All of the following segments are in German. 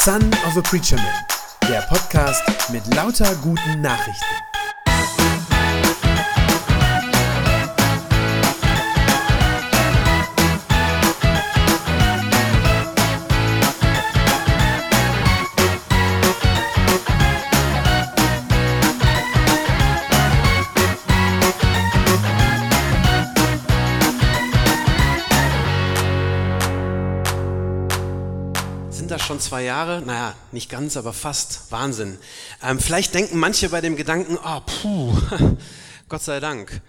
Son of a Preacher Man, der Podcast mit lauter guten Nachrichten. Schon 2 Jahre, naja, nicht ganz, aber fast, Wahnsinn. Vielleicht denken manche bei dem Gedanken, Gott sei Dank.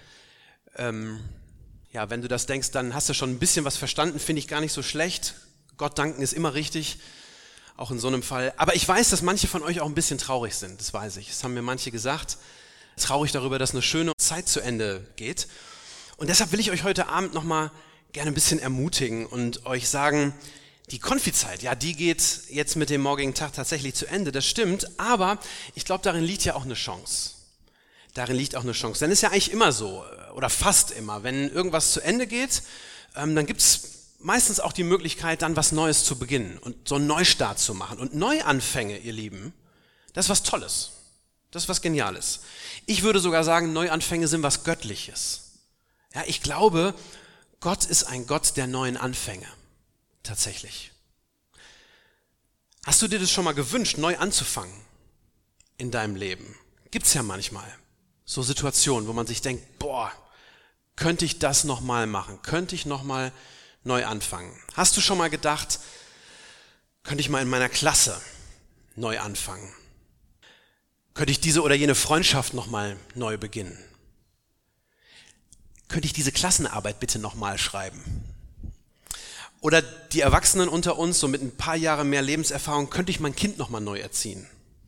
Ja, wenn du das denkst, dann hast du schon ein bisschen was verstanden, finde ich gar nicht so schlecht. Gott danken ist immer richtig, auch in so einem Fall. Aber ich weiß, dass manche von euch auch ein bisschen traurig sind, das weiß ich. Das haben mir manche gesagt. Traurig darüber, dass eine schöne Zeit zu Ende geht. Und deshalb will ich euch heute Abend nochmal gerne ein bisschen ermutigen und euch sagen, die Konfizeit, ja, die geht jetzt mit dem morgigen Tag tatsächlich zu Ende, das stimmt, aber ich glaube, darin liegt ja auch eine Chance. Darin liegt auch eine Chance, denn es ist ja eigentlich immer so, oder fast immer, wenn irgendwas zu Ende geht, dann gibt es meistens auch die Möglichkeit, dann was Neues zu beginnen und so einen Neustart zu machen. Und Neuanfänge, ihr Lieben, das ist was Tolles, das ist was Geniales. Ich würde sogar sagen, Neuanfänge sind was Göttliches. Ja, ich glaube, Gott ist ein Gott der neuen Anfänge. Tatsächlich. Hast du dir das schon mal gewünscht, neu anzufangen in deinem Leben? Gibt's ja manchmal so Situationen, wo man sich denkt, könnte ich das nochmal machen? Könnte ich nochmal neu anfangen? Hast du schon mal gedacht, könnte ich mal in meiner Klasse neu anfangen? Könnte ich diese oder jene Freundschaft nochmal neu beginnen? Könnte ich diese Klassenarbeit bitte nochmal schreiben? Oder die Erwachsenen unter uns, so mit ein paar Jahren mehr Lebenserfahrung, könnte ich mein Kind nochmal neu erziehen?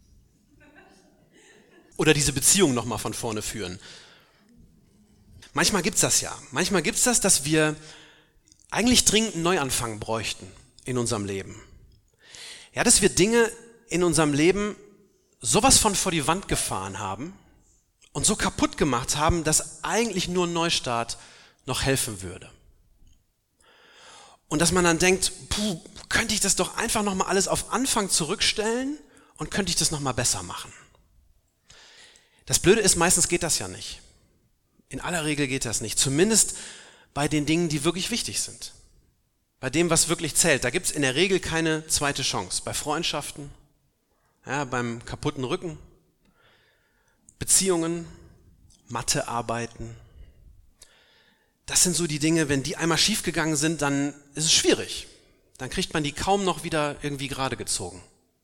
Oder diese Beziehung nochmal von vorne führen? Manchmal gibt's das ja. Manchmal gibt's das, dass wir eigentlich dringend einen Neuanfang bräuchten in unserem Leben. Ja, dass wir Dinge in unserem Leben sowas von vor die Wand gefahren haben und so kaputt gemacht haben, dass eigentlich nur ein Neustart noch helfen würde. Und dass man dann denkt, könnte ich das doch einfach nochmal alles auf Anfang zurückstellen und könnte ich das nochmal besser machen. Das Blöde ist, meistens geht das ja nicht. In aller Regel geht das nicht. Zumindest bei den Dingen, die wirklich wichtig sind. Bei dem, was wirklich zählt. Da gibt es in der Regel keine zweite Chance. Bei Freundschaften, ja, beim kaputten Rücken, Beziehungen, Mathearbeiten. Das sind so die Dinge, wenn die einmal schiefgegangen sind, dann ist es schwierig. Dann kriegt man die kaum noch wieder irgendwie gerade gezogen.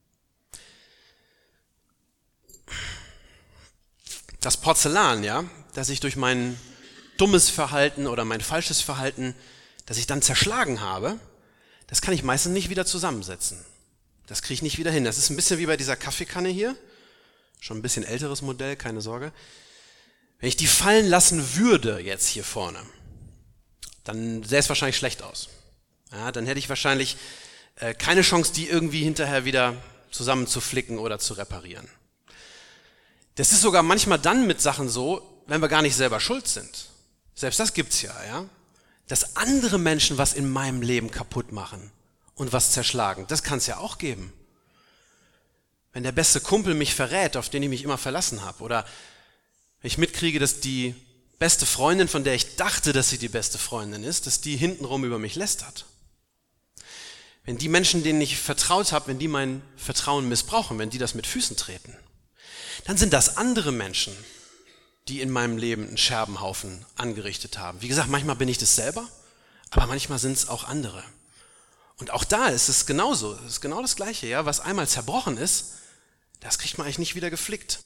Das Porzellan, ja, das ich durch mein dummes Verhalten oder mein falsches Verhalten, das ich dann zerschlagen habe, das kann ich meistens nicht wieder zusammensetzen. Das kriege ich nicht wieder hin. Das ist ein bisschen wie bei dieser Kaffeekanne hier. Schon ein bisschen älteres Modell, keine Sorge. Wenn ich die fallen lassen würde jetzt hier vorne, dann sähe es wahrscheinlich schlecht aus. Ja, dann hätte ich wahrscheinlich keine Chance, die irgendwie hinterher wieder zusammenzuflicken oder zu reparieren. Das ist sogar manchmal dann mit Sachen so, wenn wir gar nicht selber schuld sind. Selbst das gibt's ja. Dass andere Menschen was in meinem Leben kaputt machen und was zerschlagen, das kann es ja auch geben. Wenn der beste Kumpel mich verrät, auf den ich mich immer verlassen habe, oder wenn ich mitkriege, dass die beste Freundin, von der ich dachte, dass sie die beste Freundin ist, dass die hintenrum über mich lästert. Wenn die Menschen, denen ich vertraut habe, wenn die mein Vertrauen missbrauchen, wenn die das mit Füßen treten, dann sind das andere Menschen, die in meinem Leben einen Scherbenhaufen angerichtet haben. Wie gesagt, manchmal bin ich das selber, aber manchmal sind es auch andere. Und auch da ist es genauso, es ist genau das Gleiche, ja, was einmal zerbrochen ist, das kriegt man eigentlich nicht wieder geflickt.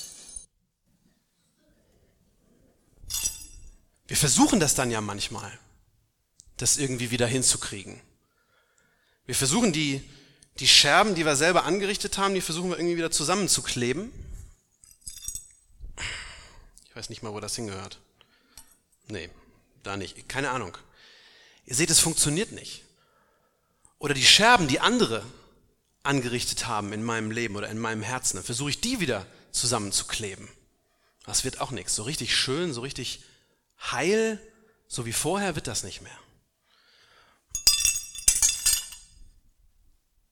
Wir versuchen das dann ja manchmal, das irgendwie wieder hinzukriegen. Wir versuchen die Scherben, die wir selber angerichtet haben, die versuchen wir irgendwie wieder zusammenzukleben. Ich weiß nicht mal, wo das hingehört. Nee, da nicht. Keine Ahnung. Ihr seht, es funktioniert nicht. Oder die Scherben, die andere angerichtet haben in meinem Leben oder in meinem Herzen, dann versuche ich die wieder zusammenzukleben. Das wird auch nichts. So richtig schön, so richtig heil, so wie vorher wird das nicht mehr.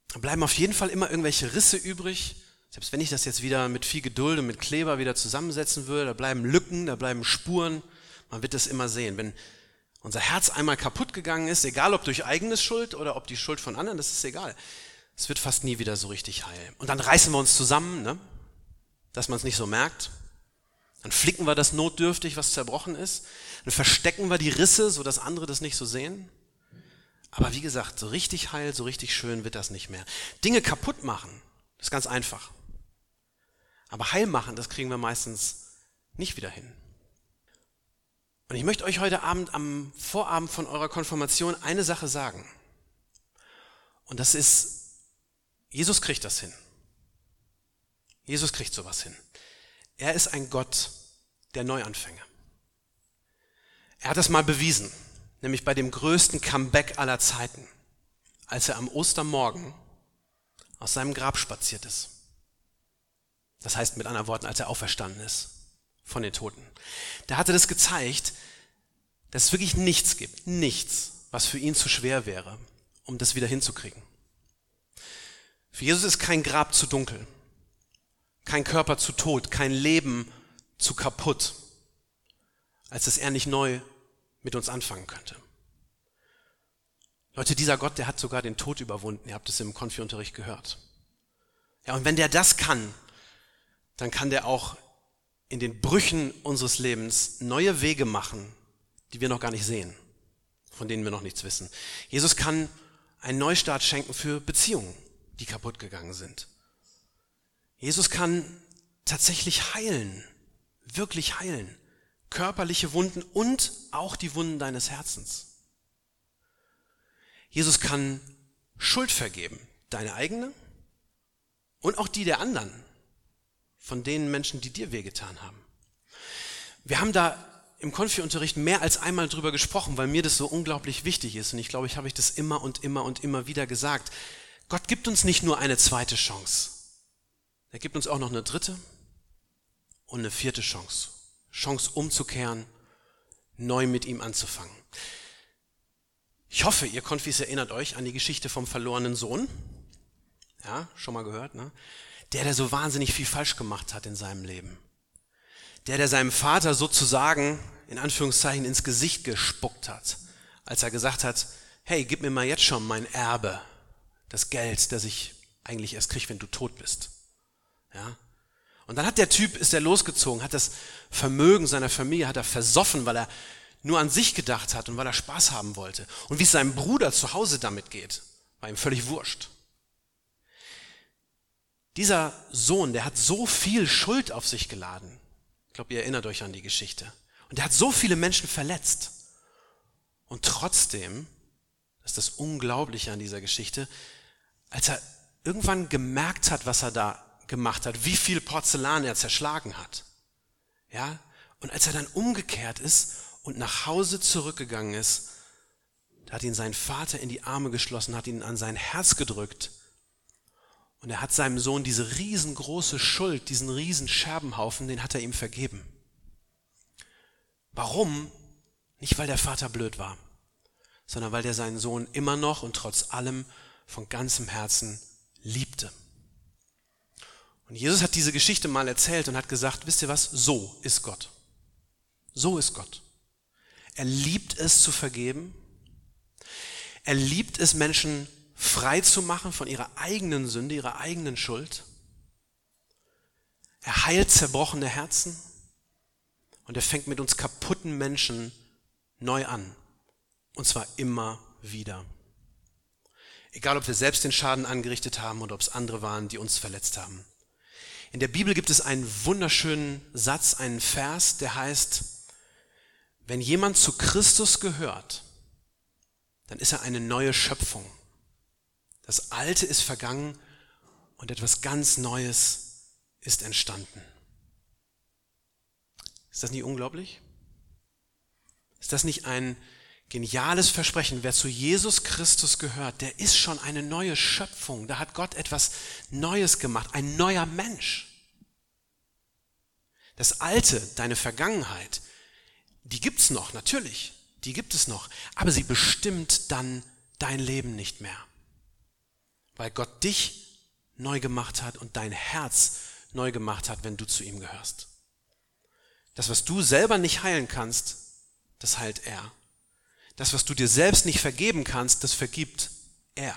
Da bleiben auf jeden Fall immer irgendwelche Risse übrig. Selbst wenn ich das jetzt wieder mit viel Geduld und mit Kleber wieder zusammensetzen würde, da bleiben Lücken, da bleiben Spuren. Man wird es immer sehen. Wenn unser Herz einmal kaputt gegangen ist, egal ob durch eigenes Schuld oder ob die Schuld von anderen, das ist egal. Es wird fast nie wieder so richtig heil. Und dann reißen wir uns zusammen, ne? Dass man es nicht so merkt. Dann flicken wir das notdürftig, was zerbrochen ist. Dann verstecken wir die Risse, sodass andere das nicht so sehen. Aber wie gesagt, so richtig heil, so richtig schön wird das nicht mehr. Dinge kaputt machen, das ist ganz einfach. Aber heil machen, das kriegen wir meistens nicht wieder hin. Und ich möchte euch heute Abend am Vorabend von eurer Konfirmation eine Sache sagen. Und das ist, Jesus kriegt das hin. Jesus kriegt sowas hin. Er ist ein Gott der Neuanfänge. Er hat das mal bewiesen, nämlich bei dem größten Comeback aller Zeiten, als er am Ostermorgen aus seinem Grab spaziert ist. Das heißt mit anderen Worten, als er auferstanden ist von den Toten. Da hat er das gezeigt, dass es wirklich nichts gibt, nichts, was für ihn zu schwer wäre, um das wieder hinzukriegen. Für Jesus ist kein Grab zu dunkel, kein Körper zu tot, kein Leben zu kaputt, als dass er nicht neu mit uns anfangen könnte. Leute, dieser Gott, der hat sogar den Tod überwunden. Ihr habt es im Konfi-Unterricht gehört. Ja, und wenn der das kann, dann kann der auch in den Brüchen unseres Lebens neue Wege machen, die wir noch gar nicht sehen, von denen wir noch nichts wissen. Jesus kann einen Neustart schenken für Beziehungen, die kaputt gegangen sind. Jesus kann tatsächlich heilen, wirklich heilen, körperliche Wunden und auch die Wunden deines Herzens. Jesus kann Schuld vergeben, deine eigene und auch die der anderen, von den Menschen, die dir wehgetan haben. Wir haben da im Konfi-Unterricht mehr als einmal drüber gesprochen, weil mir das so unglaublich wichtig ist. Und ich glaube, habe ich das immer und immer und immer wieder gesagt. Gott gibt uns nicht nur eine zweite Chance. Er gibt uns auch noch eine dritte und eine vierte Chance. Chance umzukehren, neu mit ihm anzufangen. Ich hoffe, ihr Konfis erinnert euch an die Geschichte vom verlorenen Sohn. Ja, schon mal gehört, ne? Der so wahnsinnig viel falsch gemacht hat in seinem Leben. Der seinem Vater sozusagen, in Anführungszeichen, ins Gesicht gespuckt hat, als er gesagt hat, hey, gib mir mal jetzt schon mein Erbe, das Geld, das ich eigentlich erst kriege, wenn du tot bist. Ja? Und dann ist er losgezogen, hat das Vermögen seiner Familie hat er versoffen, weil er nur an sich gedacht hat und weil er Spaß haben wollte. Und wie es seinem Bruder zu Hause damit geht, war ihm völlig wurscht. Dieser Sohn, der hat so viel Schuld auf sich geladen. Ich glaube, ihr erinnert euch an die Geschichte. Und der hat so viele Menschen verletzt. Und trotzdem, das ist das Unglaubliche an dieser Geschichte, als er irgendwann gemerkt hat, was er da gemacht hat, wie viel Porzellan er zerschlagen hat. Ja? Und als er dann umgekehrt ist und nach Hause zurückgegangen ist, da hat ihn sein Vater in die Arme geschlossen, hat ihn an sein Herz gedrückt. Und er hat seinem Sohn diese riesengroße Schuld, diesen riesen Scherbenhaufen, den hat er ihm vergeben. Warum? Nicht, weil der Vater blöd war, sondern weil der seinen Sohn immer noch und trotz allem von ganzem Herzen liebte. Und Jesus hat diese Geschichte mal erzählt und hat gesagt, wisst ihr was? So ist Gott. So ist Gott. Er liebt es zu vergeben. Er liebt es, Menschen frei zu machen von ihrer eigenen Sünde, ihrer eigenen Schuld. Er heilt zerbrochene Herzen und er fängt mit uns kaputten Menschen neu an. Und zwar immer wieder. Egal, ob wir selbst den Schaden angerichtet haben oder ob es andere waren, die uns verletzt haben. In der Bibel gibt es einen wunderschönen Satz, einen Vers, der heißt, wenn jemand zu Christus gehört, dann ist er eine neue Schöpfung. Das Alte ist vergangen und etwas ganz Neues ist entstanden. Ist das nicht unglaublich? Ist das nicht ein geniales Versprechen? Wer zu Jesus Christus gehört, der ist schon eine neue Schöpfung. Da hat Gott etwas Neues gemacht, ein neuer Mensch. Das Alte, deine Vergangenheit, die gibt's noch, natürlich, die gibt es noch, aber sie bestimmt dann dein Leben nicht mehr. weil Gott dich neu gemacht hat und dein Herz neu gemacht hat, wenn du zu ihm gehörst. Das, was du selber nicht heilen kannst, das heilt er. Das, was du dir selbst nicht vergeben kannst, das vergibt er.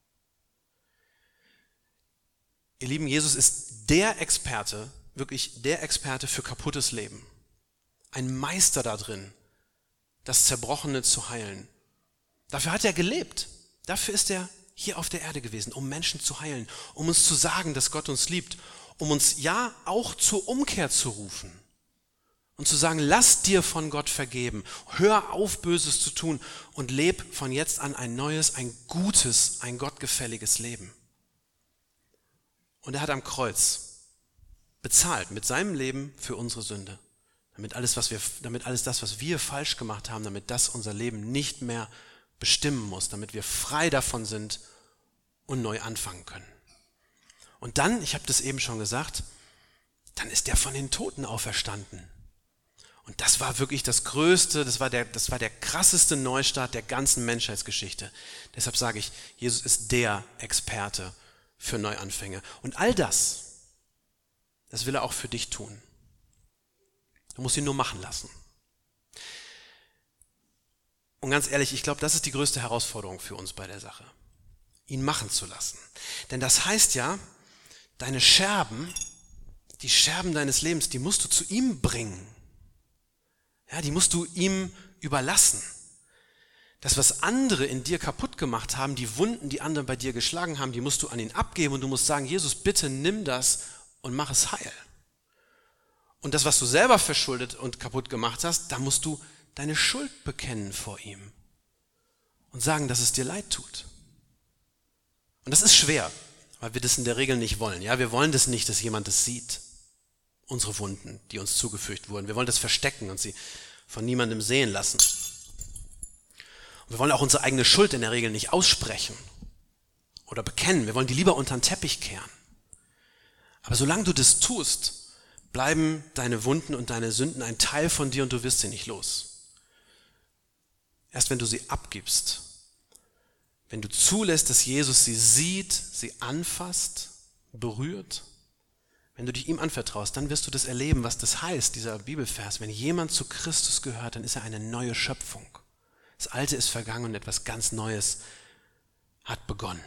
Ihr Lieben, Jesus ist der Experte, wirklich der Experte für kaputtes Leben. Ein Meister da drin, das Zerbrochene zu heilen. Dafür hat er gelebt. Dafür ist er hier auf der Erde gewesen, um Menschen zu heilen, um uns zu sagen, dass Gott uns liebt, um uns ja auch zur Umkehr zu rufen und zu sagen, lass dir von Gott vergeben, hör auf, Böses zu tun und leb von jetzt an ein neues, ein gutes, ein gottgefälliges Leben. Und er hat am Kreuz bezahlt mit seinem Leben für unsere Sünde. Damit alles das, was wir falsch gemacht haben, damit das unser Leben nicht mehr bestimmen muss, damit wir frei davon sind und neu anfangen können. Und dann, ich habe das eben schon gesagt, dann ist er von den Toten auferstanden. Und das war wirklich das Größte, das war der krasseste Neustart der ganzen Menschheitsgeschichte. Deshalb sage ich, Jesus ist der Experte für Neuanfänge. Und all das will er auch für dich tun. Du musst ihn nur machen lassen. Und ganz ehrlich, ich glaube, das ist die größte Herausforderung für uns bei der Sache. Ihn machen zu lassen. Denn das heißt ja, deine Scherben, die Scherben deines Lebens, die musst du zu ihm bringen. Ja, die musst du ihm überlassen. Das, was andere in dir kaputt gemacht haben, die Wunden, die andere bei dir geschlagen haben, die musst du an ihn abgeben und du musst sagen, Jesus, bitte nimm das und mach es heil. Und das, was du selber verschuldet und kaputt gemacht hast, da musst du deine Schuld bekennen vor ihm und sagen, dass es dir leid tut. Und das ist schwer, weil wir das in der Regel nicht wollen. Ja, wir wollen das nicht, dass jemand das sieht, unsere Wunden, die uns zugefügt wurden. Wir wollen das verstecken und sie von niemandem sehen lassen. Und wir wollen auch unsere eigene Schuld in der Regel nicht aussprechen oder bekennen. Wir wollen die lieber unter den Teppich kehren. Aber solange du das tust, bleiben deine Wunden und deine Sünden ein Teil von dir und du wirst sie nicht los. Erst wenn du sie abgibst, wenn du zulässt, dass Jesus sie sieht, sie anfasst, berührt, wenn du dich ihm anvertraust, dann wirst du das erleben, was das heißt, dieser Bibelvers. Wenn jemand zu Christus gehört, dann ist er eine neue Schöpfung. Das Alte ist vergangen und etwas ganz Neues hat begonnen.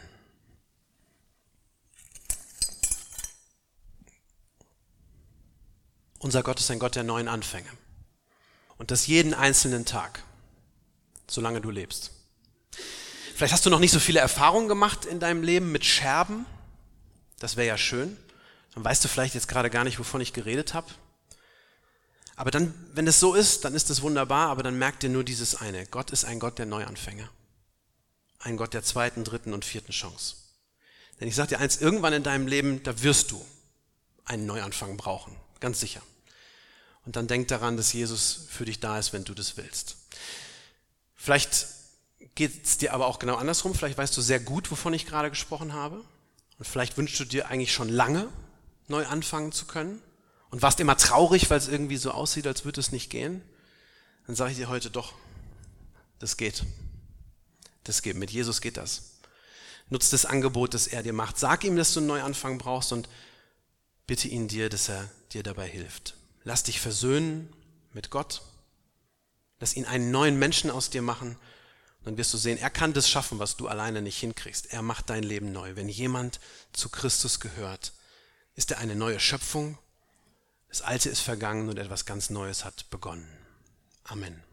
Unser Gott ist ein Gott der neuen Anfänge. Und das jeden einzelnen Tag, solange du lebst. Vielleicht hast du noch nicht so viele Erfahrungen gemacht in deinem Leben mit Scherben. Das wäre ja schön. Dann weißt du vielleicht jetzt gerade gar nicht, wovon ich geredet habe. Aber dann, wenn es so ist, dann ist es wunderbar, aber dann merk dir nur dieses eine. Gott ist ein Gott der Neuanfänge. Ein Gott der zweiten, dritten und vierten Chance. Denn ich sage dir eins, irgendwann in deinem Leben, da wirst du einen Neuanfang brauchen. Ganz sicher. Und dann denk daran, dass Jesus für dich da ist, wenn du das willst. Vielleicht geht es dir aber auch genau andersrum. Vielleicht weißt du sehr gut, wovon ich gerade gesprochen habe. Und vielleicht wünschst du dir eigentlich schon lange, neu anfangen zu können. Und warst immer traurig, weil es irgendwie so aussieht, als würde es nicht gehen. Dann sage ich dir heute doch, das geht. Das geht. Mit Jesus geht das. Nutz das Angebot, das er dir macht. Sag ihm, dass du einen Neuanfang brauchst und bitte ihn dir, dass er dir dabei hilft. Lass dich versöhnen mit Gott. Lass ihn einen neuen Menschen aus dir machen. Und dann wirst du sehen, er kann das schaffen, was du alleine nicht hinkriegst. Er macht dein Leben neu. Wenn jemand zu Christus gehört, ist er eine neue Schöpfung. Das Alte ist vergangen und etwas ganz Neues hat begonnen. Amen.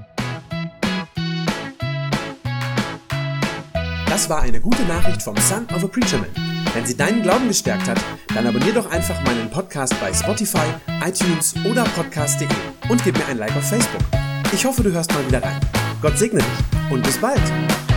Das war eine gute Nachricht vom Son of a Preacher Man. Wenn sie deinen Glauben gestärkt hat, dann abonnier doch einfach meinen Podcast bei Spotify, iTunes oder podcast.de und gib mir ein Like auf Facebook. Ich hoffe, du hörst mal wieder rein. Gott segne dich und bis bald.